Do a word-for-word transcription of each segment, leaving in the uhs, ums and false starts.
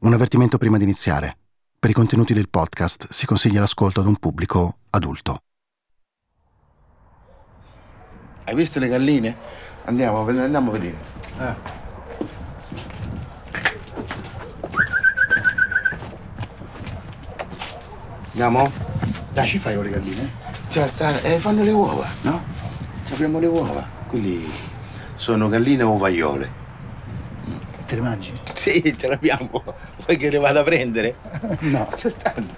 Un avvertimento prima di iniziare. Per i contenuti del podcast si consiglia l'ascolto ad un pubblico adulto. Hai visto le galline? Andiamo, andiamo a vedere. Eh. Andiamo? Dai, ci fai con le galline? Cioè, sta, eh, fanno le uova, no? Ci apriamo le uova. Quelli sono galline ovaiole. Te le mangi? Sì, ce l'abbiamo. Vuoi che le vada a prendere? No. Ci stanno.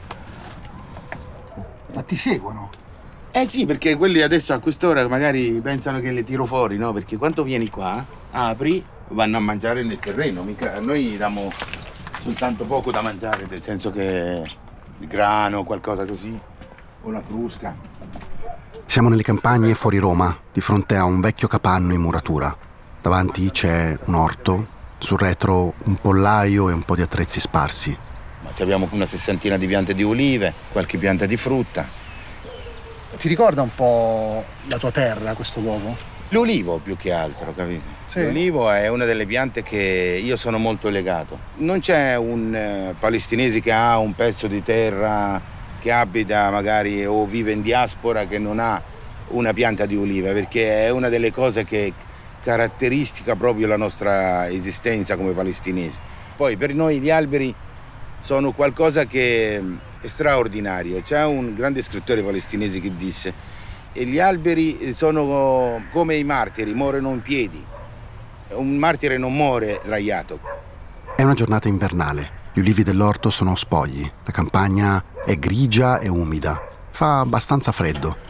Ma ti seguono? Eh sì, perché quelli adesso a quest'ora magari pensano che le tiro fuori, no? Perché quando vieni qua, apri, vanno a mangiare nel terreno. Mica, noi diamo soltanto poco da mangiare, nel senso che il grano, qualcosa così, o la crusca. Siamo nelle campagne fuori Roma, di fronte a un vecchio capanno in muratura. Davanti c'è un orto, sul retro un pollaio e un po' di attrezzi sparsi. Ma abbiamo una sessantina di piante di olive, qualche pianta di frutta. Ti ricorda un po' la tua terra, questo luogo? L'olivo più che altro, capito? Sì. L'olivo è una delle piante che io sono molto legato. Non c'è un eh, palestinese che ha un pezzo di terra, che abita magari o vive in diaspora, che non ha una pianta di oliva, perché è una delle cose che caratteristica proprio la nostra esistenza come palestinesi. Poi per noi gli alberi sono qualcosa che è straordinario. C'è un grande scrittore palestinese che disse: e gli alberi sono come i martiri, muoiono in piedi. Un martire non muore sdraiato. È una giornata invernale. Gli ulivi dell'orto sono spogli. La campagna è grigia e umida. Fa abbastanza freddo.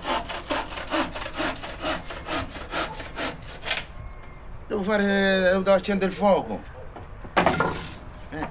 Devo fare... devo accendere il fuoco. Eh.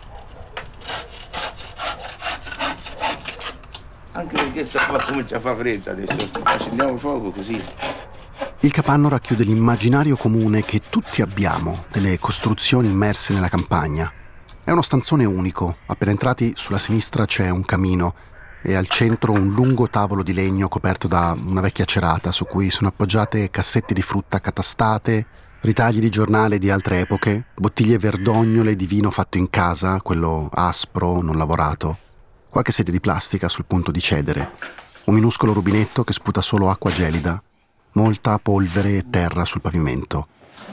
Anche perché sta fa comincia a fare freddo adesso. Accendiamo il fuoco così. Il capanno racchiude l'immaginario comune che tutti abbiamo delle costruzioni immerse nella campagna. È uno stanzone unico. Appena entrati, sulla sinistra c'è un camino e al centro un lungo tavolo di legno coperto da una vecchia cerata su cui sono appoggiate cassette di frutta catastate, ritagli di giornale di altre epoche, bottiglie verdognole di vino fatto in casa, quello aspro, non lavorato, qualche sedia di plastica sul punto di cedere, un minuscolo rubinetto che sputa solo acqua gelida, molta polvere e terra sul pavimento.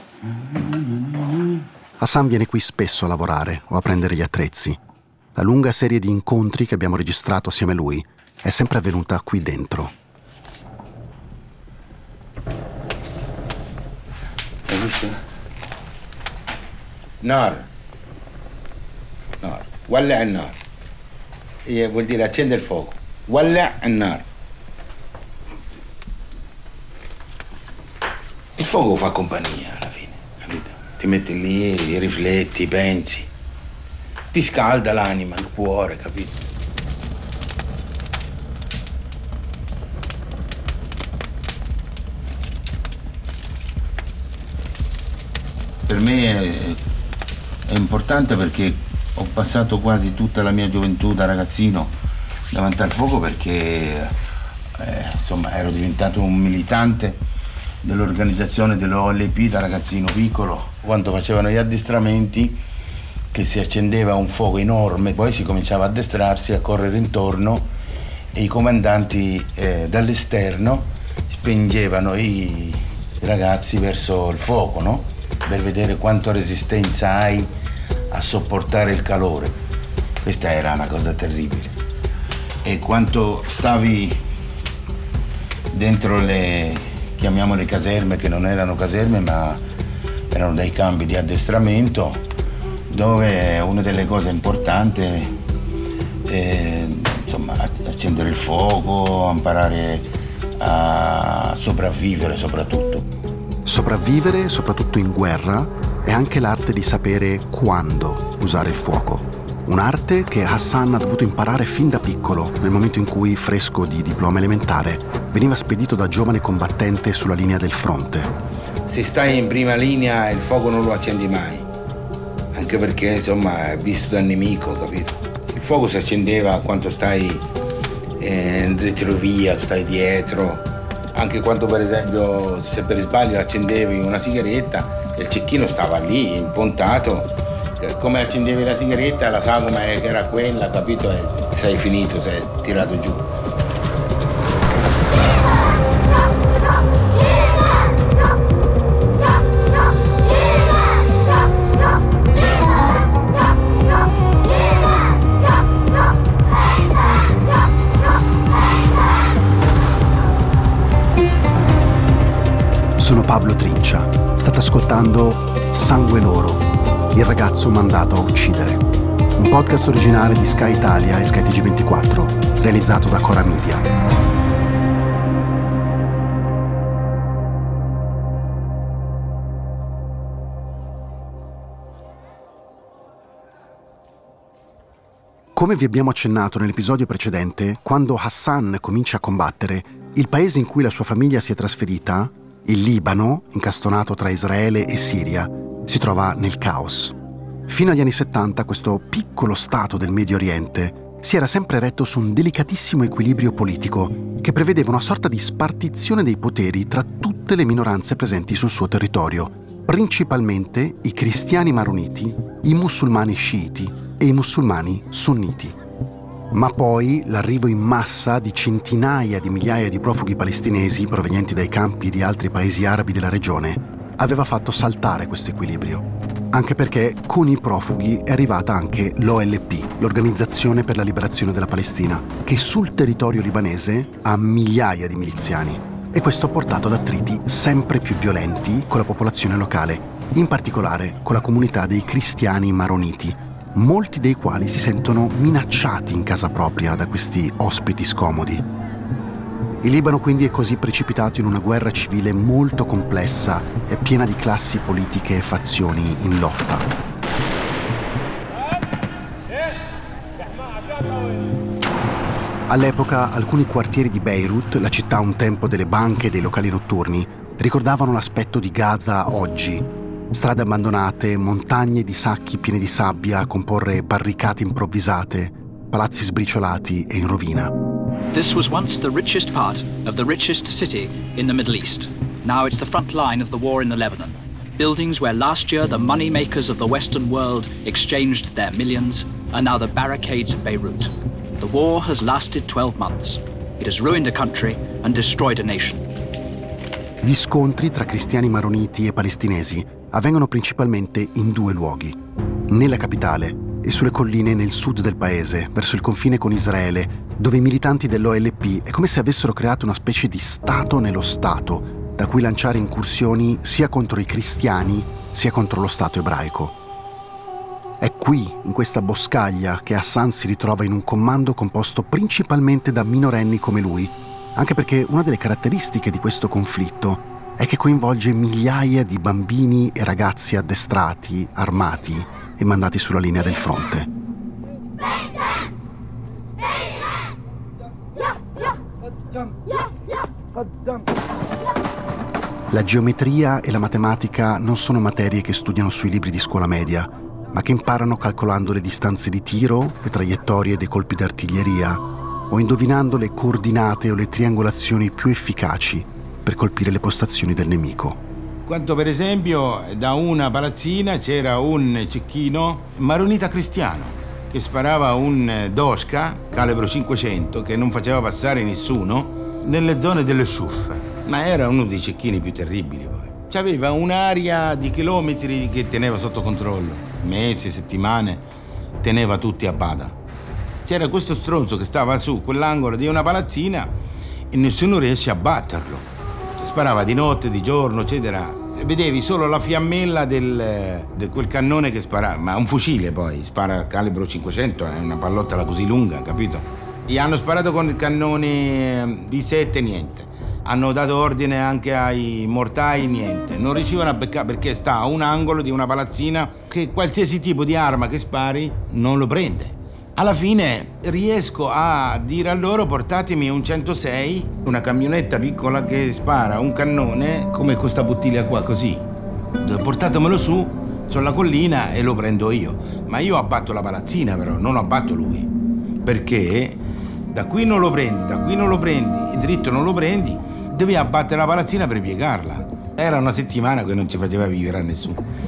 Hassan viene qui spesso a lavorare o a prendere gli attrezzi. La lunga serie di incontri che abbiamo registrato assieme a lui è sempre avvenuta qui dentro. Hai visto? Nar. Nar. Walla an-nar. E vuol dire accende il fuoco. Walla an-nar. Il fuoco fa compagnia alla fine, capito? Ti metti lì, rifletti, pensi. Ti scalda l'anima, il cuore, capito? Per me è, è importante perché ho passato quasi tutta la mia gioventù da ragazzino davanti al fuoco perché eh, insomma ero diventato un militante dell'organizzazione dell'O L P da ragazzino piccolo, quando facevano gli addestramenti che si accendeva un fuoco enorme, poi si cominciava a addestrarsi, a correre intorno e i comandanti eh, dall'esterno spingevano i, i ragazzi verso il fuoco, no? Per vedere quanta resistenza hai a sopportare il calore. Questa era una cosa terribile. E quanto stavi dentro le, chiamiamole caserme, che non erano caserme ma erano dei campi di addestramento, dove una delle cose importanti è insomma accendere il fuoco, imparare a sopravvivere soprattutto. Sopravvivere, soprattutto in guerra, è anche l'arte di sapere quando usare il fuoco. Un'arte che Hassan ha dovuto imparare fin da piccolo, nel momento in cui, fresco di diploma elementare, veniva spedito da giovane combattente sulla linea del fronte. Se stai in prima linea il fuoco non lo accendi mai, anche perché insomma è visto dal nemico, capito? Il fuoco si accendeva quando stai eh, in retrovia, stai dietro. Anche quando per esempio se per sbaglio accendevi una sigaretta e il cecchino stava lì impuntato, Come accendevi la sigaretta, la sagoma era quella, capito? E sei finito, sei tirato giù. Sono Pablo Trincia. State ascoltando Sangue Loro, il ragazzo mandato a uccidere. Un podcast originale di Sky Italia e Sky T G ventiquattro, realizzato da Cora Media. Come vi abbiamo accennato nell'episodio precedente, quando Hassan comincia a combattere, il paese in cui la sua famiglia si è trasferita, il Libano, incastonato tra Israele e Siria, si trova nel caos. Fino agli anni settanta questo piccolo stato del Medio Oriente si era sempre retto su un delicatissimo equilibrio politico che prevedeva una sorta di spartizione dei poteri tra tutte le minoranze presenti sul suo territorio, principalmente i cristiani maroniti, i musulmani sciiti e i musulmani sunniti. Ma poi l'arrivo in massa di centinaia di migliaia di profughi palestinesi provenienti dai campi di altri paesi arabi della regione aveva fatto saltare questo equilibrio. Anche perché con i profughi è arrivata anche l'O L P, l'Organizzazione per la Liberazione della Palestina, che sul territorio libanese ha migliaia di miliziani. E questo ha portato ad attriti sempre più violenti con la popolazione locale, in particolare con la comunità dei cristiani maroniti, molti dei quali si sentono minacciati in casa propria da questi ospiti scomodi. Il Libano quindi è così precipitato in una guerra civile molto complessa e piena di classi politiche e fazioni in lotta. All'epoca alcuni quartieri di Beirut, la città un tempo delle banche e dei locali notturni, ricordavano l'aspetto di Gaza oggi. Strade abbandonate, montagne di sacchi pieni di sabbia a comporre barricate improvvisate, palazzi sbriciolati e in rovina. This was once the richest part of the richest city in the Middle East. Now it's the front line of the war in the Lebanon. Buildings where last year the money makers of the Western world exchanged their millions are now the barricades of Beirut. The war has lasted twelve months. It has ruined a country and destroyed a nation. Gli scontri tra cristiani maroniti e palestinesi avvengono principalmente in due luoghi, nella capitale e sulle colline nel sud del paese, verso il confine con Israele, dove i militanti dell'O L P è come se avessero creato una specie di Stato nello Stato, da cui lanciare incursioni sia contro i cristiani sia contro lo Stato ebraico. È qui, in questa boscaglia, che Hassan si ritrova in un comando composto principalmente da minorenni come lui, anche perché una delle caratteristiche di questo conflitto è che coinvolge migliaia di bambini e ragazzi addestrati, armati e mandati sulla linea del fronte. La geometria e la matematica non sono materie che studiano sui libri di scuola media, ma che imparano calcolando le distanze di tiro, le traiettorie dei colpi d'artiglieria o indovinando le coordinate o le triangolazioni più efficaci per colpire le postazioni del nemico. Quanto per esempio da una palazzina c'era un cecchino maronita cristiano che sparava un Doska calibro cinquecento che non faceva passare nessuno nelle zone delle Shuf, ma era uno dei cecchini più terribili poi. C'aveva un'area di chilometri che teneva sotto controllo, mesi, settimane, teneva tutti a bada. C'era questo stronzo che stava su quell'angolo di una palazzina e nessuno riesce a batterlo. Sparava di notte, di giorno, eccetera. Vedevi solo la fiammella del, di quel cannone che sparava, ma un fucile poi, spara calibro cinquecento, è una pallottola così lunga, capito? Gli hanno sparato con il cannone di sette, niente. Hanno dato ordine anche ai mortai, niente. Non riuscivano a beccare perché sta a un angolo di una palazzina che qualsiasi tipo di arma che spari non lo prende. Alla fine riesco a dire a loro: portatemi un centosei, una camionetta piccola che spara un cannone come questa bottiglia qua, così. Portatemelo su, sulla collina e lo prendo io. Ma io abbatto la palazzina però, non abbatto lui. Perché da qui non lo prendi, da qui non lo prendi, dritto non lo prendi, devi abbattere la palazzina per piegarla. Era una settimana che non ci faceva vivere a nessuno.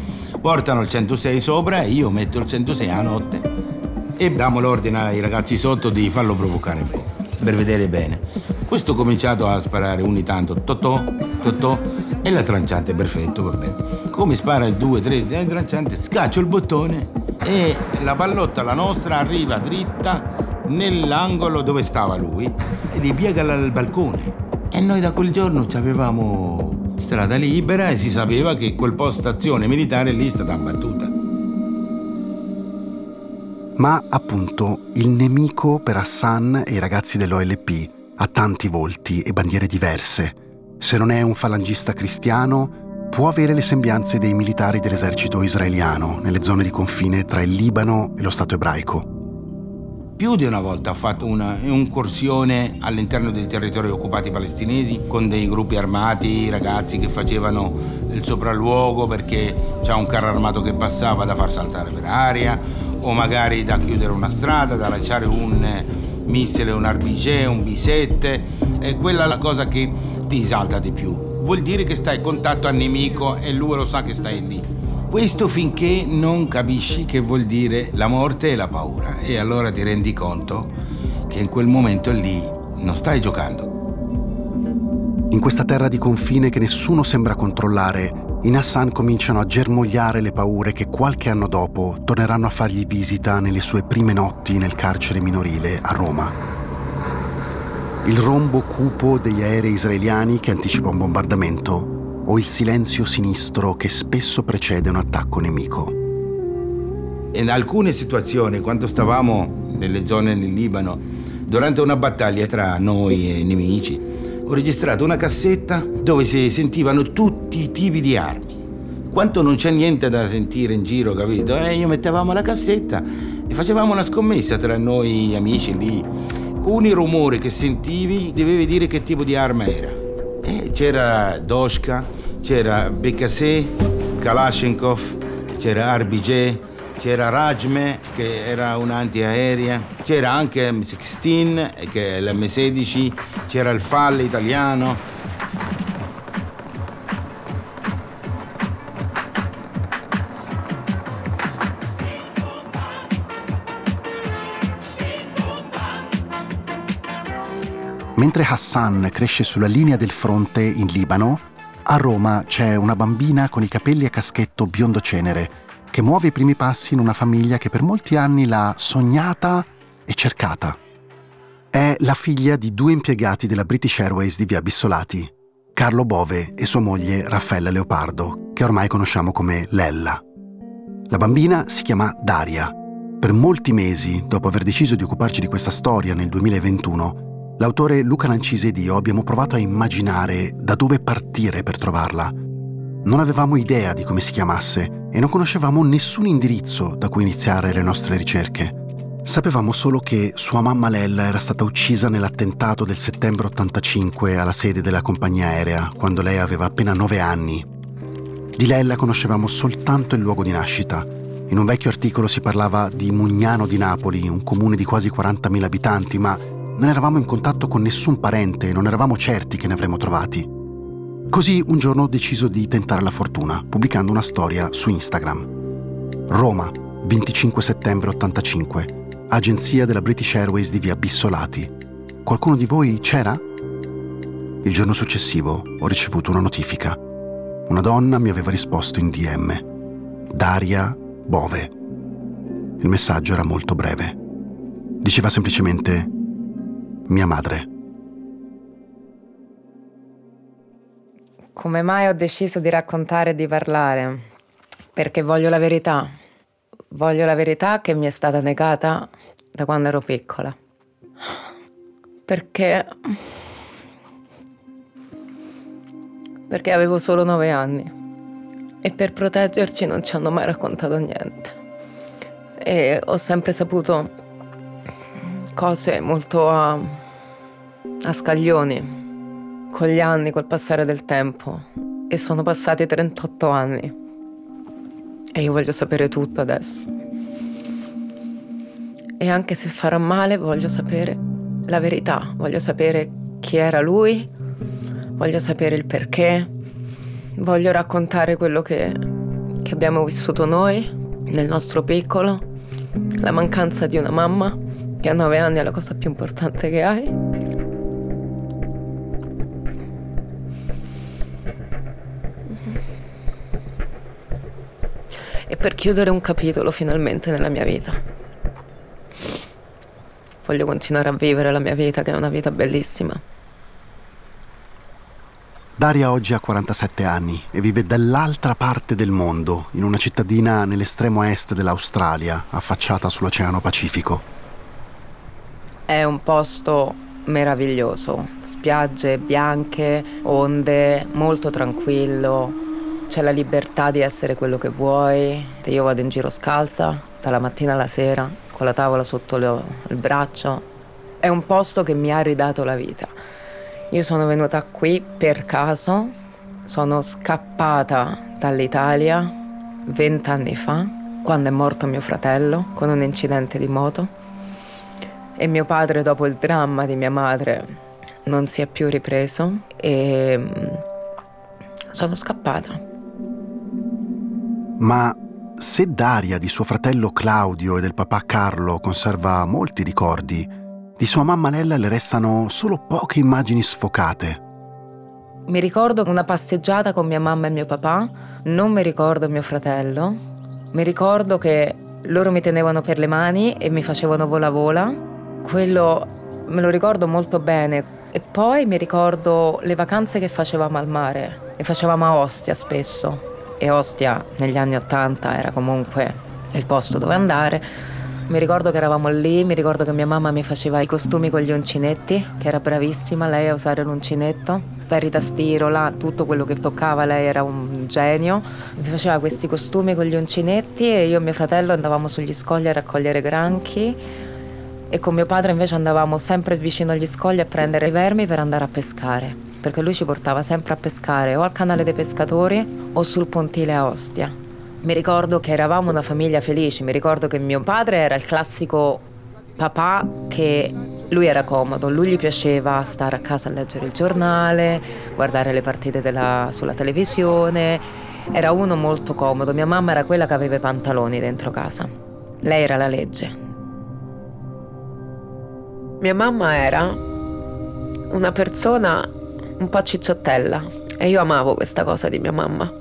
portano il centosei sopra e io metto il centosei a notte e diamo l'ordine ai ragazzi sotto di farlo provocare un po', per vedere bene. Questo ho cominciato a sparare ogni tanto, totò, totò, e la tranciante, perfetto, va bene. Come spara il due tre, il tranciante, scaccio il bottone e la pallotta, la nostra, arriva dritta nell'angolo dove stava lui e gli piega il balcone. E noi da quel giorno avevamo strada libera e si sapeva che quel posto azione militare lì è stata abbattuta. Ma appunto il nemico per Hassan e i ragazzi dell'O L P ha tanti volti e bandiere diverse. Se non è un falangista cristiano, può avere le sembianze dei militari dell'esercito israeliano nelle zone di confine tra il Libano e lo Stato ebraico. Più di una volta ha fatto una incursione all'interno dei territori occupati palestinesi con dei gruppi armati, ragazzi che facevano il sopralluogo perché c'è un carro armato che passava da far saltare per aria, o magari da chiudere una strada, da lanciare un missile, un R P G, un B sette. E quella è la cosa che ti esalta di più. Vuol dire che stai in contatto al nemico e lui lo sa che stai lì. Questo finché non capisci che vuol dire la morte e la paura, e allora ti rendi conto che in quel momento lì non stai giocando. In questa terra di confine che nessuno sembra controllare, in Hassan cominciano a germogliare le paure che qualche anno dopo torneranno a fargli visita nelle sue prime notti nel carcere minorile a Roma. Il rombo cupo degli aerei israeliani che anticipa un bombardamento, o il silenzio sinistro che spesso precede un attacco nemico. In alcune situazioni, quando stavamo nelle zone nel Libano, durante una battaglia tra noi e i nemici, ho registrato una cassetta dove si sentivano tutti i tipi di armi. Quando non c'è niente da sentire in giro, capito? E io mettevamo la cassetta e facevamo una scommessa tra noi amici lì. Ogni rumore che sentivi dovevi dire che tipo di arma era. E c'era Doshka, c'era B K S, Kalashnikov, c'era R B G, c'era Rajme, che era un'antiaerea, c'era anche M sedici, che è l'M sedici, c'era il F A L italiano. Mentre Hassan cresce sulla linea del fronte in Libano, a Roma c'è una bambina con i capelli a caschetto biondo cenere che muove i primi passi in una famiglia che per molti anni l'ha sognata e cercata. È la figlia di due impiegati della British Airways di via Bissolati, Carlo Bove e sua moglie Raffaella Leopardo, che ormai conosciamo come Lella. La bambina si chiama Daria. Per molti mesi, dopo aver deciso di occuparci di questa storia nel duemilaventuno, l'autore Luca Lancisi ed io abbiamo provato a immaginare da dove partire per trovarla. Non avevamo idea di come si chiamasse e non conoscevamo nessun indirizzo da cui iniziare le nostre ricerche. Sapevamo solo che sua mamma Lella era stata uccisa nell'attentato del settembre ottantacinque alla sede della compagnia aerea, quando lei aveva appena nove anni. Di Lella conoscevamo soltanto il luogo di nascita. In un vecchio articolo si parlava di Mugnano di Napoli, un comune di quasi quarantamila abitanti, ma non eravamo in contatto con nessun parente e non eravamo certi che ne avremmo trovati. Così un giorno ho deciso di tentare la fortuna, pubblicando una storia su Instagram. Roma, venticinque settembre ottantacinque, agenzia della British Airways di via Bissolati. Qualcuno di voi c'era? Il giorno successivo ho ricevuto una notifica. Una donna mi aveva risposto in D M. Daria Bove. Il messaggio era molto breve. Diceva semplicemente: mia madre. Come mai ho deciso di raccontare e di parlare? Perché voglio la verità. Voglio la verità che mi è stata negata da quando ero piccola. Perché... Perché avevo solo nove anni. E per proteggerci non ci hanno mai raccontato niente. E ho sempre saputo cose molto a, a scaglioni, con gli anni, col passare del tempo. E sono passati trentotto anni. E io voglio sapere tutto adesso. E anche se farà male, voglio sapere la verità. Voglio sapere chi era lui, voglio sapere il perché, voglio raccontare quello che, che abbiamo vissuto noi, nel nostro piccolo, la mancanza di una mamma che a nove anni è la cosa più importante che hai. E per chiudere un capitolo finalmente nella mia vita. Voglio continuare a vivere la mia vita, che è una vita bellissima. Daria oggi ha quarantasette anni e vive dall'altra parte del mondo, in una cittadina nell'estremo est dell'Australia, affacciata sull'Oceano Pacifico. È un posto meraviglioso, spiagge bianche, onde, molto tranquillo, c'è la libertà di essere quello che vuoi. Io vado in giro scalza, dalla mattina alla sera, con la tavola sotto le, il braccio. È un posto che mi ha ridato la vita. Io sono venuta qui per caso, sono scappata dall'Italia vent'anni fa, quando è morto mio fratello con un incidente di moto, e mio padre, dopo il dramma di mia madre, non si è più ripreso e sono scappata. Ma se Daria di suo fratello Claudio e del papà Carlo conserva molti ricordi, di sua mamma Lella le restano solo poche immagini sfocate. Mi ricordo una passeggiata con mia mamma e mio papà, non mi ricordo mio fratello, mi ricordo che loro mi tenevano per le mani e mi facevano vola vola, quello me lo ricordo molto bene. E poi mi ricordo le vacanze che facevamo al mare, le facevamo a Ostia spesso, e Ostia negli anni Ottanta era comunque il posto dove andare. Mi ricordo che eravamo lì, mi ricordo che mia mamma mi faceva i costumi con gli uncinetti, che era bravissima lei a usare l'uncinetto, ferri da stiro, là, tutto quello che toccava, lei era un genio. Mi faceva questi costumi con gli uncinetti e io e mio fratello andavamo sugli scogli a raccogliere granchi, e con mio padre invece andavamo sempre vicino agli scogli a prendere i vermi per andare a pescare, perché lui ci portava sempre a pescare o al canale dei pescatori o sul pontile a Ostia. Mi ricordo che eravamo una famiglia felice, mi ricordo che mio padre era il classico papà che lui era comodo, lui gli piaceva stare a casa a leggere il giornale, guardare le partite della, sulla televisione, era uno molto comodo. Mia mamma era quella che aveva i pantaloni dentro casa, lei era la legge. Mia mamma era una persona un po' cicciottella e io amavo questa cosa di mia mamma.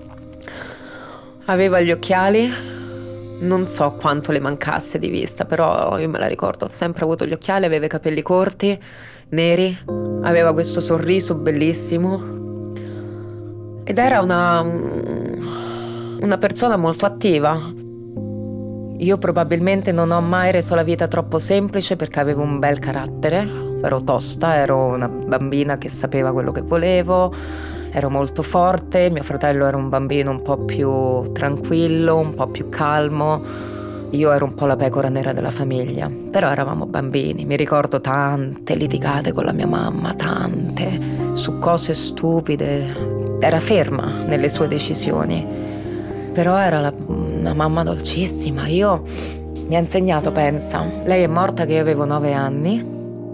Aveva gli occhiali, non so quanto le mancasse di vista, però io me la ricordo, ho sempre avuto gli occhiali, aveva i capelli corti, neri, aveva questo sorriso bellissimo ed era una, una persona molto attiva. Io probabilmente non ho mai reso la vita troppo semplice perché avevo un bel carattere, ero tosta, ero una bambina che sapeva quello che volevo, ero molto forte, mio fratello era un bambino un po' più tranquillo, un po' più calmo, io ero un po' la pecora nera della famiglia, però eravamo bambini, mi ricordo tante litigate con la mia mamma, tante, su cose stupide, era ferma nelle sue decisioni, però era la, una mamma dolcissima. Io mi ha insegnato, pensa, lei è morta che io avevo nove anni,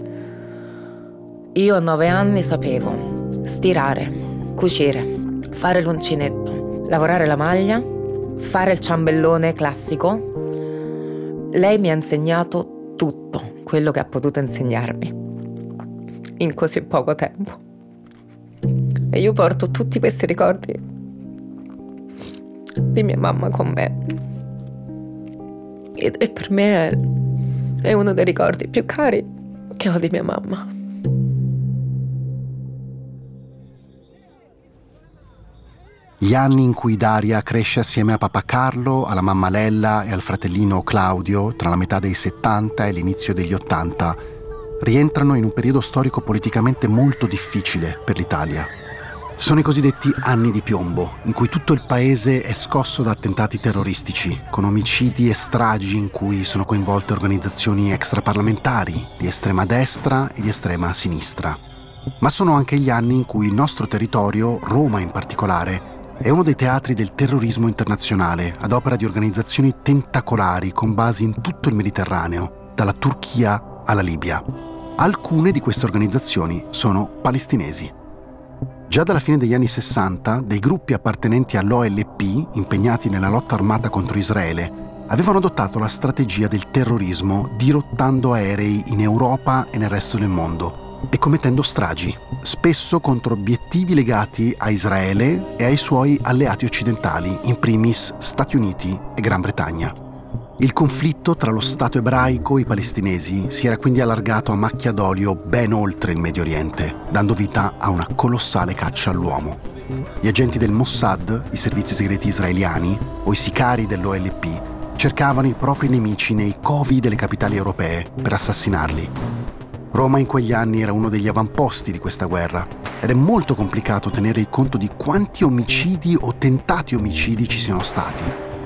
io a nove anni sapevo stirare, cucire, fare l'uncinetto, lavorare la maglia, fare il ciambellone classico. Lei mi ha insegnato tutto quello che ha potuto insegnarmi in così poco tempo. E io porto tutti questi ricordi di mia mamma con me. E, e per me è, è uno dei ricordi più cari che ho di mia mamma. Gli anni in cui Daria cresce assieme a papà Carlo, alla mamma Lella e al fratellino Claudio, tra la metà dei settanta e l'inizio degli ottanta, rientrano in un periodo storico politicamente molto difficile per l'Italia. Sono i cosiddetti anni di piombo, in cui tutto il paese è scosso da attentati terroristici, con omicidi e stragi in cui sono coinvolte organizzazioni extraparlamentari, di estrema destra e di estrema sinistra. Ma sono anche gli anni in cui il nostro territorio, Roma in particolare, è uno dei teatri del terrorismo internazionale, ad opera di organizzazioni tentacolari con basi in tutto il Mediterraneo, dalla Turchia alla Libia. Alcune di queste organizzazioni sono palestinesi. Già dalla fine degli anni sessanta, dei gruppi appartenenti all'O L P, impegnati nella lotta armata contro Israele, avevano adottato la strategia del terrorismo dirottando aerei in Europa e nel resto del mondo e commettendo stragi, spesso contro obiettivi legati a Israele e ai suoi alleati occidentali, in primis Stati Uniti e Gran Bretagna. Il conflitto tra lo Stato ebraico e i palestinesi si era quindi allargato a macchia d'olio ben oltre il Medio Oriente, dando vita a una colossale caccia all'uomo. Gli agenti del Mossad, i servizi segreti israeliani, o i sicari dell'O L P cercavano i propri nemici nei covi delle capitali europee per assassinarli. Roma in quegli anni era uno degli avamposti di questa guerra ed è molto complicato tenere il conto di quanti omicidi o tentati omicidi ci siano stati.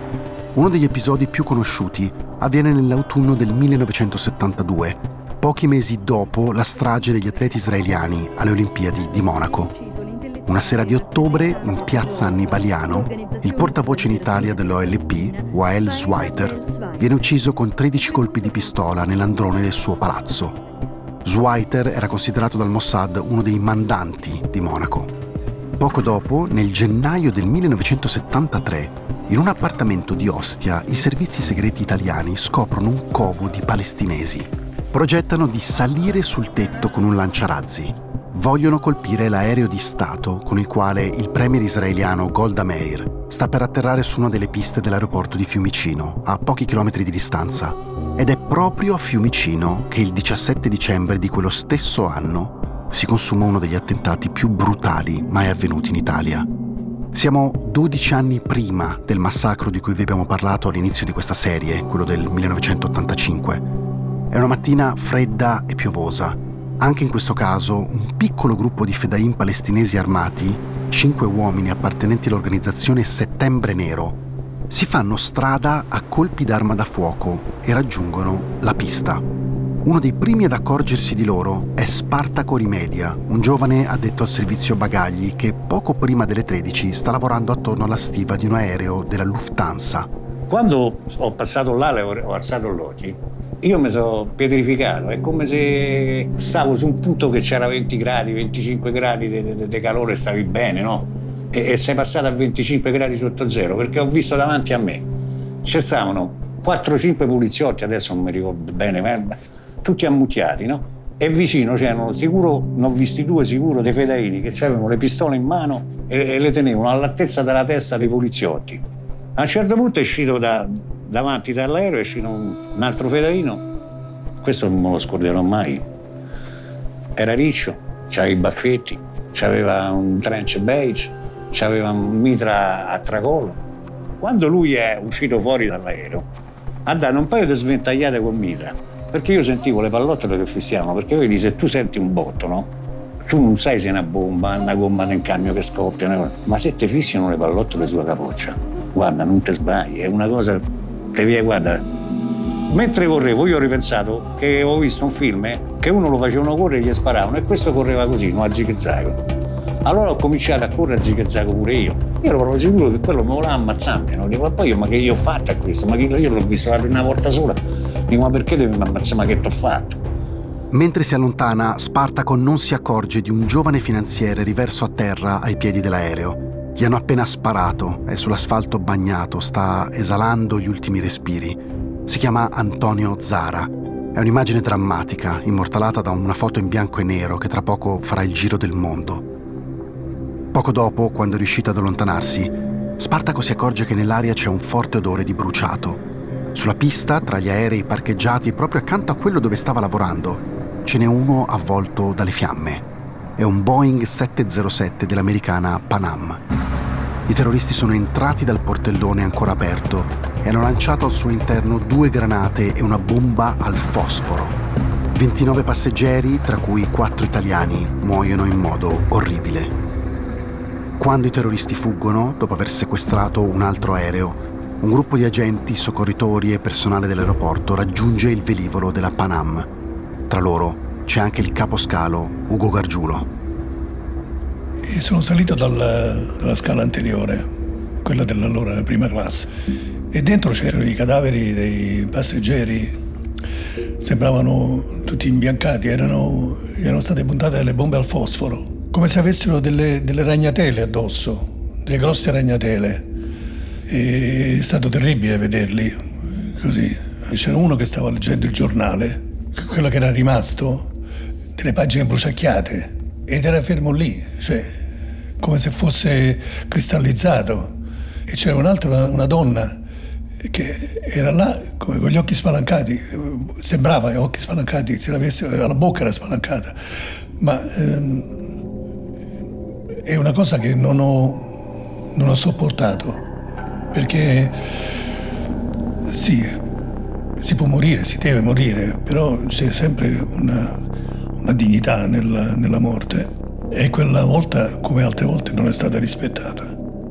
Uno degli episodi più conosciuti avviene nell'autunno del millenovecentosettantadue, pochi mesi dopo la strage degli atleti israeliani alle Olimpiadi di Monaco. Una sera di ottobre, in piazza Annibaliano, il portavoce in Italia dell'O L P, Wael Zweiter, viene ucciso con tredici colpi di pistola nell'androne del suo palazzo. Zweiter era considerato dal Mossad uno dei mandanti di Monaco. Poco dopo, nel gennaio del millenovecentosettantatré, in un appartamento di Ostia, i servizi segreti italiani scoprono un covo di palestinesi. Progettano di salire sul tetto con un lanciarazzi. Vogliono colpire l'aereo di Stato con il quale il premier israeliano Golda Meir sta per atterrare su una delle piste dell'aeroporto di Fiumicino, a pochi chilometri di distanza. Ed è proprio a Fiumicino che il diciassette dicembre di quello stesso anno si consuma uno degli attentati più brutali mai avvenuti in Italia. Siamo dodici anni prima del massacro di cui vi abbiamo parlato all'inizio di questa serie, quello del millenovecentottantacinque. È una mattina fredda e piovosa. Anche in questo caso, un piccolo gruppo di fedain palestinesi armati, cinque uomini appartenenti all'organizzazione Settembre Nero, si fanno strada a colpi d'arma da fuoco e raggiungono la pista. Uno dei primi ad accorgersi di loro è Spartaco Rimedia, un giovane addetto al servizio bagagli che poco prima delle tredici sta lavorando attorno alla stiva di un aereo della Lufthansa. Quando ho passato là e ho alzato gli occhi, io mi sono pietrificato, è come se stavo su un punto che c'era venti gradi, venticinque gradi di calore e stavi bene, no? E, e sei passato a venticinque gradi sotto zero, perché ho visto davanti a me, ci stavano quattro cinque poliziotti, adesso non mi ricordo bene, ma tutti ammucchiati, no? E vicino c'erano sicuro, ne ho visti due sicuro, dei fedaini che avevano le pistole in mano e, e le tenevano all'altezza della testa dei poliziotti. A un certo punto è uscito da... davanti dall'aereo è uscito un, un altro fedaino, questo non me lo scorderò mai, era riccio, c'aveva i baffetti, c'aveva un trench beige, c'aveva un mitra a tracollo. Quando lui è uscito fuori dall'aereo ha dato un paio di sventagliate col mitra, perché io sentivo le pallottole che fischiavano, perché vedi, se tu senti un botto, no? Tu non sai se è una bomba, una gomma nel cambio che scoppia, ma se ti fischiano le pallottole sulla capoccia, guarda, non ti sbagli, è una cosa... Te via, guarda, mentre correvo io ho ripensato che ho visto un film eh, che uno lo facevano correre e gli sparavano e questo correva così, non a zigzag. Allora ho cominciato a correre a zigzag pure io. Io ero proprio sicuro che quello me lo voleva ammazzarmi, no? Dico, ma poi io, ma che io ho fatto a questo? Ma che io l'ho visto la prima volta sola. Dico, ma perché devi ammazzare? Ma che t'ho fatto? Mentre si allontana, Spartaco non si accorge di un giovane finanziere riverso a terra ai piedi dell'aereo. Gli hanno appena sparato, è sull'asfalto bagnato, sta esalando gli ultimi respiri. Si chiama Antonio Zara. È un'immagine drammatica, immortalata da una foto in bianco e nero che tra poco farà il giro del mondo. Poco dopo, quando è riuscito ad allontanarsi, Spartaco si accorge che nell'aria c'è un forte odore di bruciato. Sulla pista, tra gli aerei parcheggiati proprio accanto a quello dove stava lavorando, ce n'è uno avvolto dalle fiamme. È un Boeing sette zero sette dell'americana Pan Am. I terroristi sono entrati dal portellone ancora aperto e hanno lanciato al suo interno due granate e una bomba al fosforo. ventinove passeggeri, tra cui quattro italiani, muoiono in modo orribile. Quando i terroristi fuggono, dopo aver sequestrato un altro aereo, un gruppo di agenti, soccorritori e personale dell'aeroporto raggiunge il velivolo della Pan Am. Tra loro c'è anche il caposcalo Ugo Gargiulo. E sono salito dalla, dalla scala anteriore, quella della loro prima classe, e dentro c'erano i cadaveri dei passeggeri, sembravano tutti imbiancati, erano, erano state puntate delle bombe al fosforo. come se avessero delle, delle ragnatele addosso, delle grosse ragnatele. E è stato terribile vederli così. C'era uno che stava leggendo il giornale, quello che era rimasto, delle pagine bruciacchiate, ed era fermo lì, cioè come se fosse cristallizzato. E c'era un'altra, una donna che era là come con gli occhi spalancati, sembrava occhi spalancati, se l'avesse, la bocca era spalancata, ma ehm, è una cosa che non ho, non ho sopportato, perché sì, si può morire, si deve morire, però c'è sempre una, una dignità nella, nella morte, e quella volta, come altre volte, non è stata rispettata.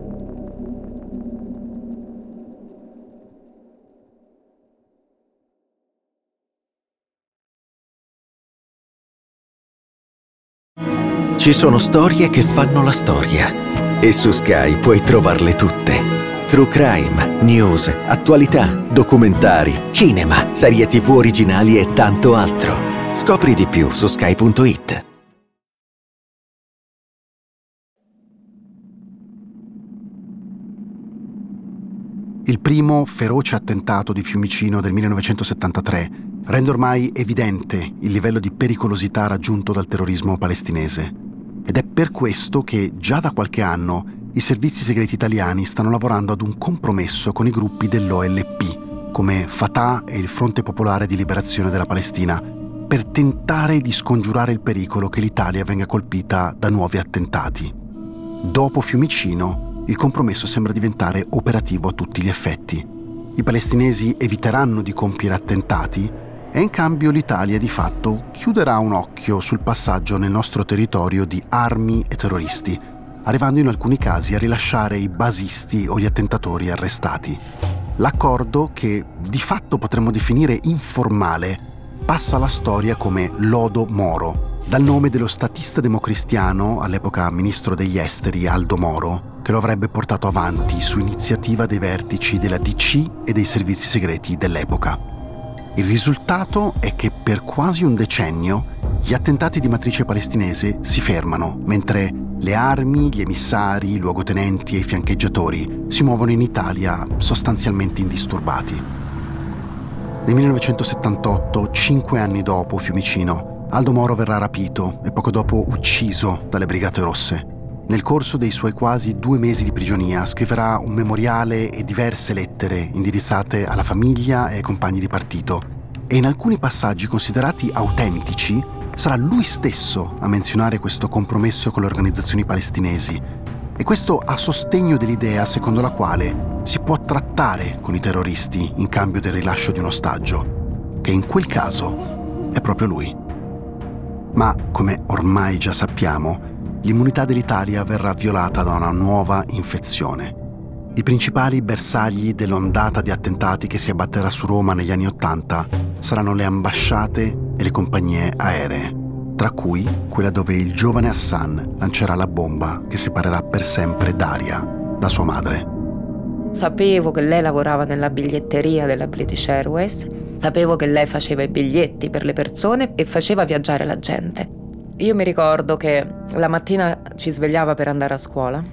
Ci sono storie che fanno la storia e su Sky puoi trovarle tutte. True crime, news, attualità, documentari, cinema, serie tivù originali e tanto altro. Scopri di più su sky punto it. Il primo feroce attentato di Fiumicino del millenovecentosettantatré rende ormai evidente il livello di pericolosità raggiunto dal terrorismo palestinese. Ed è per questo che già da qualche anno i servizi segreti italiani stanno lavorando ad un compromesso con i gruppi dell'O L P, come Fatah e il Fronte Popolare di Liberazione della Palestina, per tentare di scongiurare il pericolo che l'Italia venga colpita da nuovi attentati. Dopo Fiumicino, il compromesso sembra diventare operativo a tutti gli effetti. I palestinesi eviteranno di compiere attentati e in cambio l'Italia di fatto chiuderà un occhio sul passaggio nel nostro territorio di armi e terroristi, arrivando in alcuni casi a rilasciare i basisti o gli attentatori arrestati. L'accordo, che di fatto potremmo definire informale, passa alla storia come Lodo Moro, dal nome dello statista democristiano, all'epoca ministro degli esteri Aldo Moro, che lo avrebbe portato avanti su iniziativa dei vertici della D C e dei servizi segreti dell'epoca. Il risultato è che per quasi un decennio gli attentati di matrice palestinese si fermano, mentre le armi, gli emissari, i luogotenenti e i fiancheggiatori si muovono in Italia sostanzialmente indisturbati. Nel millenovecentosettantotto, cinque anni dopo Fiumicino, Aldo Moro verrà rapito e poco dopo ucciso dalle Brigate Rosse. Nel corso dei suoi quasi due mesi di prigionia scriverà un memoriale e diverse lettere indirizzate alla famiglia e ai compagni di partito, e in alcuni passaggi considerati autentici sarà lui stesso a menzionare questo compromesso con le organizzazioni palestinesi, e questo a sostegno dell'idea secondo la quale si può trattare con i terroristi in cambio del rilascio di un ostaggio, che in quel caso è proprio lui. Ma, come ormai già sappiamo, l'immunità dell'Italia verrà violata da una nuova infezione. I principali bersagli dell'ondata di attentati che si abbatterà su Roma negli anni Ottanta saranno le ambasciate e le compagnie aeree, tra cui quella dove il giovane Hassan lancerà la bomba che separerà per sempre Daria da sua madre. Sapevo che lei lavorava nella biglietteria della British Airways, sapevo che lei faceva i biglietti per le persone e faceva viaggiare la gente. Io mi ricordo che la mattina ci svegliava per andare a scuola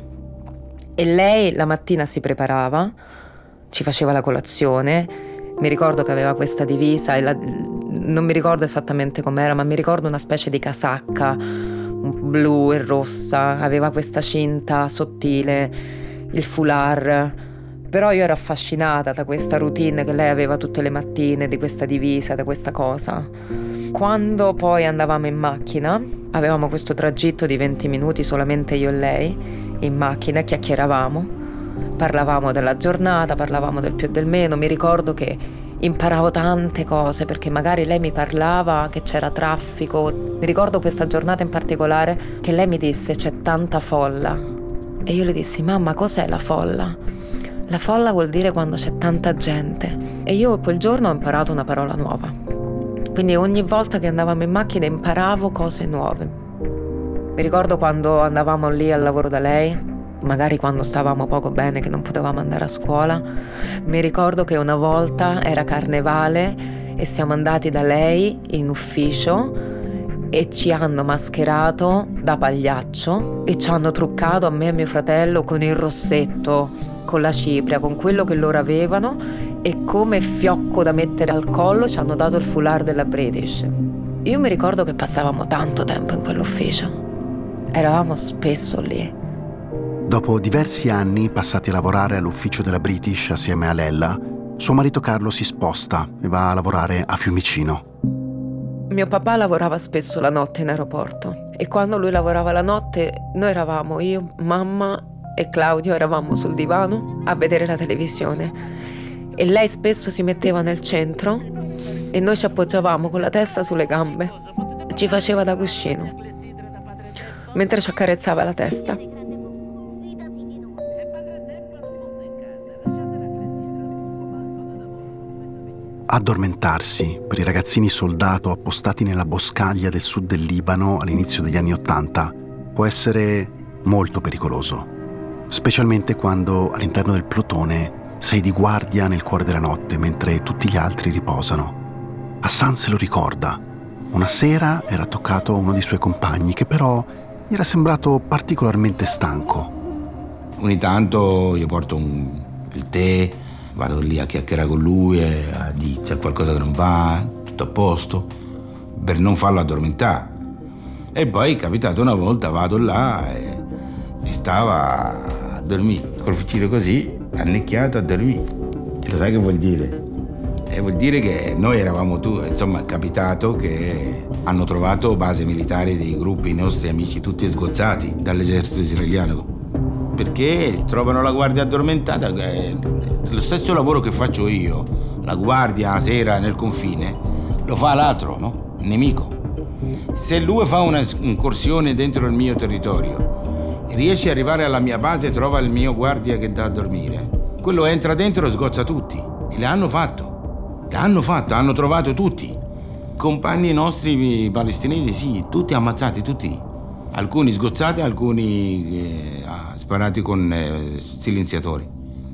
e lei la mattina si preparava, ci faceva la colazione. Mi ricordo che aveva questa divisa e la, non mi ricordo esattamente com'era, ma mi ricordo una specie di casacca blu e rossa, aveva questa cinta sottile, il foulard. Però io ero affascinata da questa routine che lei aveva tutte le mattine, di questa divisa, da questa cosa. Quando poi andavamo in macchina, avevamo questo tragitto di venti minuti solamente io e lei, in macchina, chiacchieravamo, parlavamo della giornata, parlavamo del più e del meno. Mi ricordo che imparavo tante cose, perché magari lei mi parlava che c'era traffico. Mi ricordo questa giornata in particolare che lei mi disse: c'è tanta folla. E io le dissi: mamma, cos'è la folla? La folla vuol dire quando c'è tanta gente. E io quel giorno ho imparato una parola nuova. Quindi ogni volta che andavamo in macchina imparavo cose nuove. Mi ricordo quando andavamo lì al lavoro da lei, magari quando stavamo poco bene, che non potevamo andare a scuola. Mi ricordo che una volta era carnevale e siamo andati da lei in ufficio e ci hanno mascherato da pagliaccio e ci hanno truccato a me e a mio fratello con il rossetto, con la cipria, con quello che loro avevano, e come fiocco da mettere al collo ci hanno dato il foulard della British. Io mi ricordo che passavamo tanto tempo in quell'ufficio. Eravamo spesso lì. Dopo diversi anni passati a lavorare all'ufficio della British assieme a Lella, suo marito Carlo si sposta e va a lavorare a Fiumicino. Mio papà lavorava spesso la notte in aeroporto e quando lui lavorava la notte noi eravamo io, mamma e Claudio, eravamo sul divano a vedere la televisione e lei spesso si metteva nel centro e noi ci appoggiavamo con la testa sulle gambe e ci faceva da cuscino mentre ci accarezzava la testa. Addormentarsi per i ragazzini soldato appostati nella boscaglia del sud del Libano all'inizio degli anni Ottanta può essere molto pericoloso, specialmente quando all'interno del plotone sei di guardia nel cuore della notte mentre tutti gli altri riposano. Hassan se lo ricorda. Una sera era toccato uno dei suoi compagni che però gli era sembrato particolarmente stanco. Ogni tanto io porto un, il tè, vado lì a chiacchierare con lui e a dire c'è qualcosa che non va, tutto a posto, per non farlo addormentare. E poi è capitato una volta, vado là e, e stava a dormire, col fucile così, annecchiato a dormire. E lo sai che vuol dire? E vuol dire che noi eravamo tu, insomma, è capitato che hanno trovato base militari dei gruppi, i nostri amici tutti sgozzati dall'esercito israeliano. Perché trovano la guardia addormentata, eh, lo stesso lavoro che faccio io, la guardia la sera nel confine, lo fa l'altro, no? Il nemico. Se lui fa una incursione dentro il mio territorio, riesce ad arrivare alla mia base e trova il mio guardia che dà a dormire, quello entra dentro e sgozza tutti. E l'hanno fatto, l'hanno fatto, hanno trovato tutti. Compagni nostri palestinesi, sì, tutti ammazzati, tutti. Alcuni sgozzati, alcuni eh, sparati con eh, silenziatori.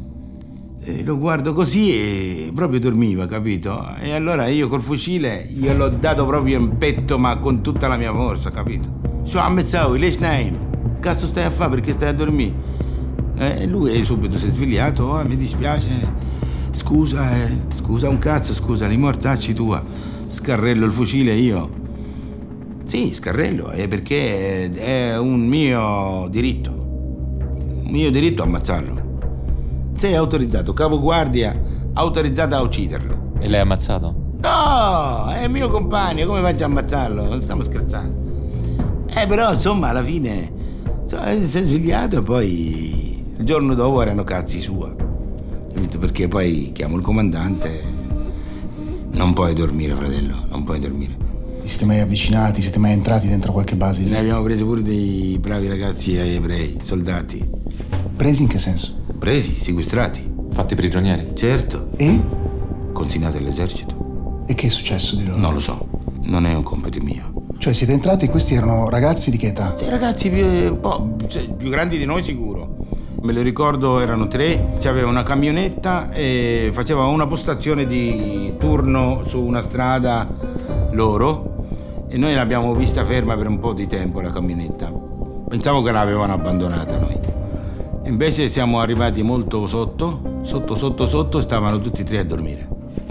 E lo guardo così e proprio dormiva, capito? E allora io col fucile gliel'ho dato proprio in petto, ma con tutta la mia forza, capito? Sho ammazzato, lei snaim. Cazzo stai a fare, perché stai a dormire? E lui subito si è svegliato, oh, mi dispiace, scusa, eh, scusa un cazzo, scusa, li mortacci tua. Scarrello il fucile io. Sì, scarrello, è perché è un mio diritto. Un mio diritto ammazzarlo. Sei autorizzato, capoguardia, autorizzato a ucciderlo. E l'hai ammazzato? No, è mio compagno, come faccio a ammazzarlo? Non stiamo scherzando. Eh, però, insomma, alla fine si è svegliato e poi il giorno dopo erano cazzi sua. Perché poi chiamo il comandante. Non puoi dormire, fratello, non puoi dormire. Vi siete mai avvicinati? Siete mai entrati dentro qualche base? Ne abbiamo preso pure dei bravi ragazzi ebrei, soldati. Presi in che senso? Presi, sequestrati. Fatti prigionieri? Certo. E? Consegnati all'esercito. E che è successo di loro? Non lo so, non è un compito mio. Cioè siete entrati e questi erano ragazzi di che età? Sì, ragazzi più, boh, più grandi di noi sicuro. Me lo ricordo, erano tre, c'aveva una camionetta e faceva una postazione di turno su una strada loro. E noi l'abbiamo vista ferma per un po' di tempo la camionetta. Pensavo che l'avevano abbandonata noi. Invece siamo arrivati molto sotto, sotto, sotto, sotto, stavano tutti e tre a dormire.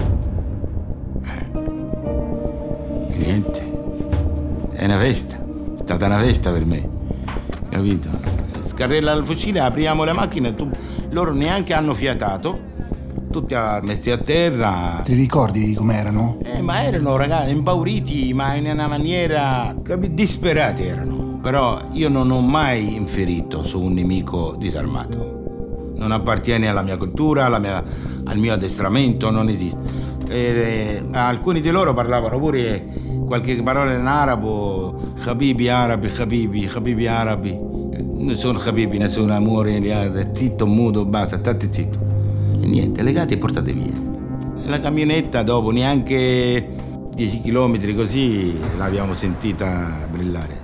Eh. Niente. È una festa. È stata una festa per me. Capito? Scarrella il fucile, apriamo la macchina e tu... loro neanche hanno fiatato. Tutti a mezzi a terra. Ti ricordi com'erano? Eh, ma erano ragazzi impauriti, ma in una maniera, capi, disperati erano. Però io non ho mai inferito su un nemico disarmato. Non appartiene alla mia cultura, alla mia, al mio addestramento, non esiste. E, eh, alcuni di loro parlavano pure qualche parola in arabo, Habibi arabi, Habibi, Habibi arabi. Nessun Habibi, nessun amore, zitto, muto, basta, state zitto. E niente, legati e portate via. La camionetta dopo neanche dieci chilometri così l'abbiamo sentita brillare.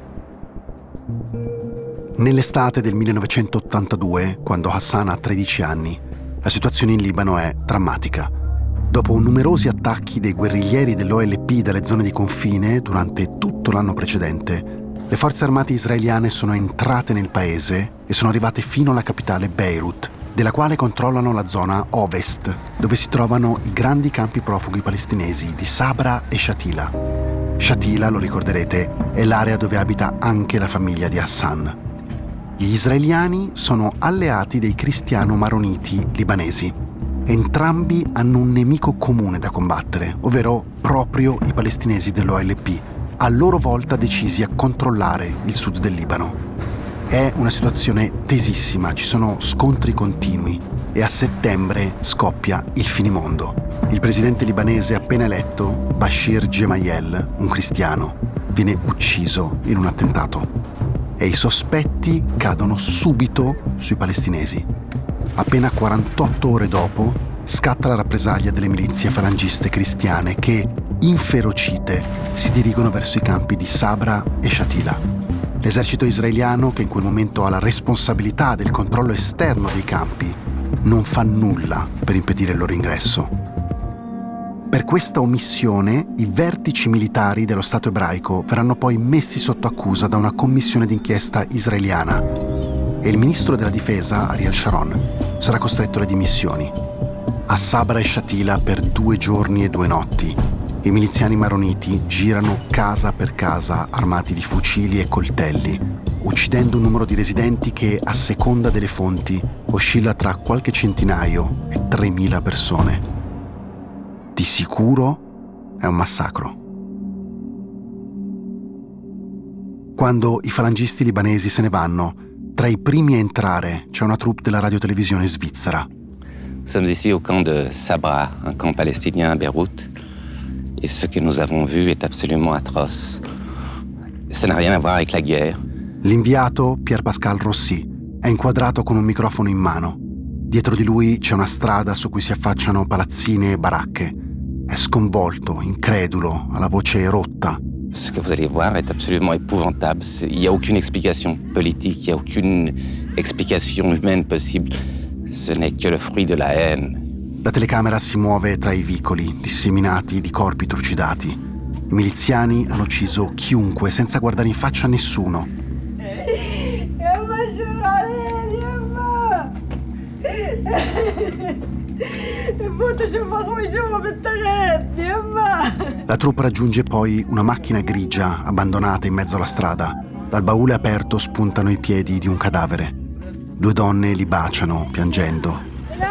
Nell'estate del millenovecentottantadue, quando Hassan ha tredici anni, la situazione in Libano è drammatica. Dopo numerosi attacchi dei guerriglieri dell'O L P dalle zone di confine durante tutto tutto l'anno precedente, le forze armate israeliane sono entrate nel paese e sono arrivate fino alla capitale Beirut, della quale controllano la zona ovest, dove si trovano i grandi campi profughi palestinesi di Sabra e Shatila. Shatila, lo ricorderete, è l'area dove abita anche la famiglia di Hassan. Gli israeliani sono alleati dei cristiano-maroniti libanesi. Entrambi hanno un nemico comune da combattere, ovvero proprio i palestinesi dell'O L P, a loro volta decisi a controllare il sud del Libano. È una situazione tesissima, ci sono scontri continui e a settembre scoppia il finimondo. Il presidente libanese appena eletto, Bashir Gemayel, un cristiano, viene ucciso in un attentato. E i sospetti cadono subito sui palestinesi. Appena quarantotto ore dopo scatta la rappresaglia delle milizie falangiste cristiane che, inferocite, si dirigono verso i campi di Sabra e Shatila. L'esercito israeliano, che in quel momento ha la responsabilità del controllo esterno dei campi, non fa nulla per impedire il loro ingresso. Per questa omissione, i vertici militari dello Stato ebraico verranno poi messi sotto accusa da una commissione d'inchiesta israeliana e il ministro della difesa, Ariel Sharon, sarà costretto alle dimissioni. A Sabra e Shatila per due giorni e due notti, i miliziani maroniti girano casa per casa armati di fucili e coltelli, uccidendo un numero di residenti che, a seconda delle fonti, oscilla tra qualche centinaio e tremila persone. Di sicuro è un massacro. Quando i falangisti libanesi se ne vanno, tra i primi a entrare c'è una troupe della radiotelevisione svizzera. Nous sommes ici au camp de Sabra, un camp palestinien à Beyrouth, et ce que nous avons vu est absolument atroce. Ça n'a rien à voir avec la guerre. L'inviato, Pier Pascal Rossi, è inquadrato con un microfono in mano. Dietro di lui c'è una strada su cui si affacciano palazzine e baracche. È sconvolto, incredulo, ha la voce rotta. Ce que vous allez voir est absolument épouvantable. Il n'y a aucune explication politique, il n'y a aucune explication humaine possible. Ce n'est que le fruit de la haine. La telecamera si muove tra i vicoli, disseminati di corpi trucidati. I miliziani hanno ucciso chiunque, senza guardare in faccia a nessuno. La troupe raggiunge poi una macchina grigia abbandonata in mezzo alla strada. Dal baule aperto spuntano i piedi di un cadavere. Due donne li baciano, piangendo.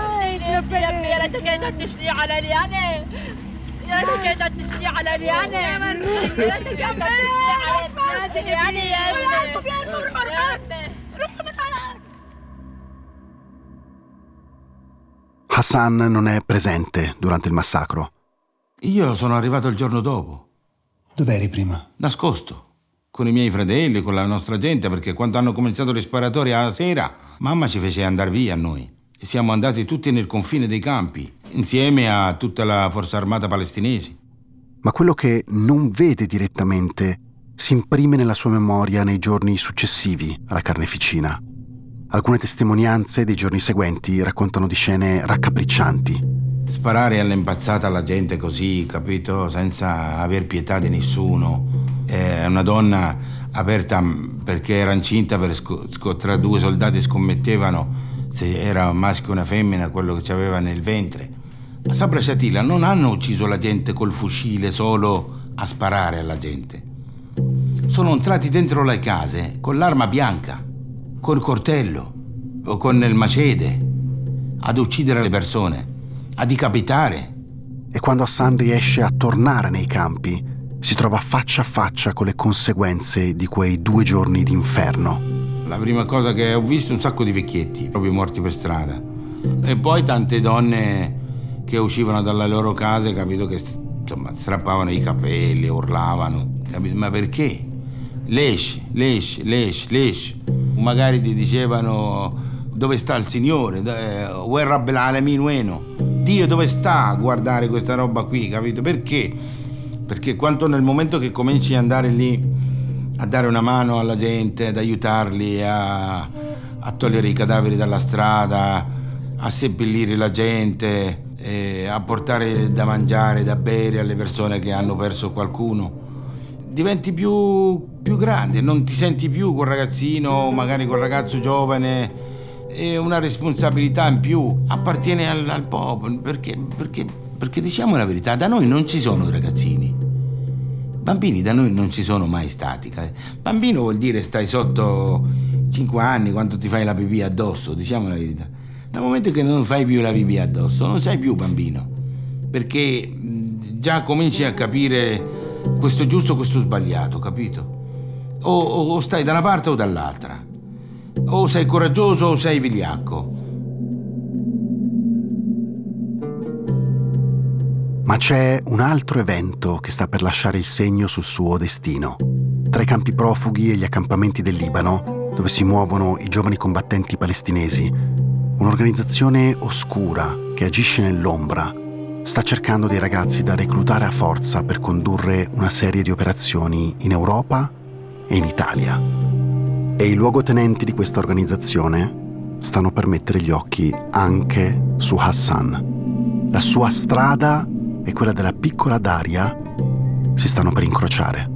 Hassan non è presente durante il massacro. Io sono arrivato il giorno dopo. Dov'eri prima? Nascosto, con i miei fratelli, con la nostra gente, perché quando hanno cominciato le sparatorie alla sera, mamma ci fece andare via a noi. E siamo andati tutti nel confine dei campi, insieme a tutta la forza armata palestinese. Ma quello che non vede direttamente si imprime nella sua memoria nei giorni successivi alla carneficina. Alcune testimonianze dei giorni seguenti raccontano di scene raccapriccianti. Sparare all'impazzata alla gente così, capito, senza aver pietà di nessuno. È una donna aperta perché era incinta, per sc- sc- tra due soldati scommettevano se era un maschio o una femmina quello che c'aveva nel ventre. A Sabra Shatila non hanno ucciso la gente col fucile solo a sparare alla gente. Sono entrati dentro le case con l'arma bianca, col coltello o con il macete, ad uccidere le persone, a decapitare. E quando Hassan riesce a tornare nei campi, si trova faccia a faccia con le conseguenze di quei due giorni d'inferno. La prima cosa che ho visto, un sacco di vecchietti proprio morti per strada, e poi tante donne che uscivano dalle loro case, capito, che insomma strappavano i capelli, urlavano, capito? Ma perché? Lesh, lesh, lesh, lesh. Magari ti dicevano: dove sta il Signore? Dio dove sta a guardare questa roba qui, capito? Perché? Perché quando nel momento che cominci ad andare lì a dare una mano alla gente, ad aiutarli a, a togliere i cadaveri dalla strada, a seppellire la gente, eh, a portare da mangiare, da bere alle persone che hanno perso qualcuno, diventi più, più grande, non ti senti più quel ragazzino, magari quel ragazzo giovane, è una responsabilità in più, appartiene al, al popolo, perché, perché, perché diciamo la verità, da noi non ci sono i ragazzini, bambini da noi non ci sono mai stati. Bambino vuol dire stai sotto cinque anni quando ti fai la pipì addosso, diciamo la verità. Dal momento che non fai più la pipì addosso non sei più bambino, perché già cominci a capire questo è giusto, questo è sbagliato, capito? O, o stai da una parte o dall'altra, o sei coraggioso o sei vigliacco. Ma c'è un altro evento che sta per lasciare il segno sul suo destino. Tra i campi profughi e gli accampamenti del Libano, dove si muovono i giovani combattenti palestinesi, un'organizzazione oscura che agisce nell'ombra sta cercando dei ragazzi da reclutare a forza per condurre una serie di operazioni in Europa e in Italia. E i luogotenenti di questa organizzazione stanno per mettere gli occhi anche su Hassan. La sua strada e quella della piccola Daria si stanno per incrociare.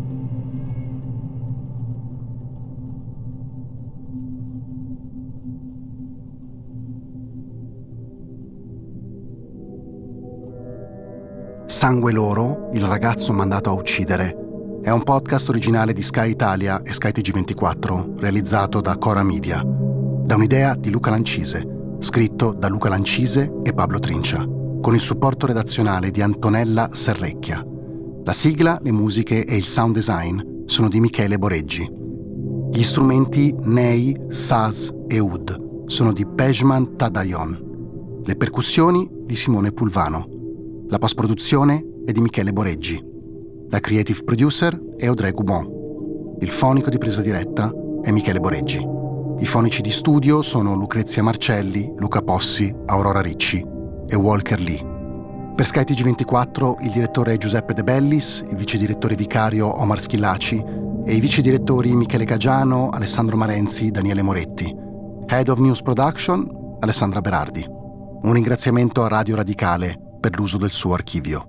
Sangue Loro, il ragazzo mandato a uccidere, è un podcast originale di Sky Italia e Sky T G ventiquattro, realizzato da Cora Media, da un'idea di Luca Lancise, scritto da Luca Lancise e Pablo Trincia, con il supporto redazionale di Antonella Serrecchia. La sigla, le musiche e il sound design sono di Michele Boreggi. Gli strumenti Ney, Saz e Oud sono di Pejman Tadayon. Le percussioni di Simone Pulvano. La post-produzione è di Michele Boreggi. La creative producer è Audrey Goubon. Il fonico di presa diretta è Michele Boreggi. I fonici di studio sono Lucrezia Marcelli, Luca Possi, Aurora Ricci e Walker Lee. Per Sky T G ventiquattro il direttore è Giuseppe De Bellis, il vice direttore vicario Omar Schillaci e i vice direttori Michele Cagiano, Alessandro Marenzi, Daniele Moretti. Head of News Production, Alessandra Berardi. Un ringraziamento a Radio Radicale per l'uso del suo archivio.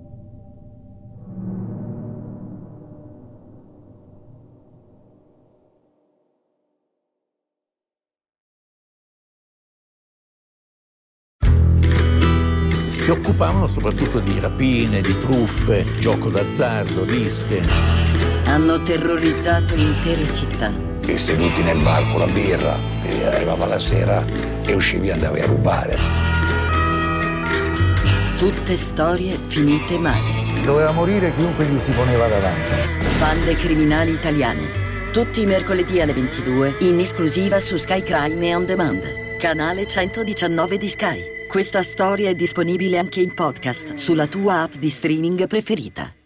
Si occupavano soprattutto di rapine, di truffe, gioco d'azzardo, liste. Hanno terrorizzato intere città. E seduti nel bar con la birra, e arrivava la sera e uscivi e andavi a rubare. Tutte storie finite male. Doveva morire chiunque gli si poneva davanti. Bande criminali italiane. Tutti i mercoledì alle ventidue, in esclusiva su Sky Crime e On Demand. Canale centodiciannove di Sky. Questa storia è disponibile anche in podcast sulla tua app di streaming preferita.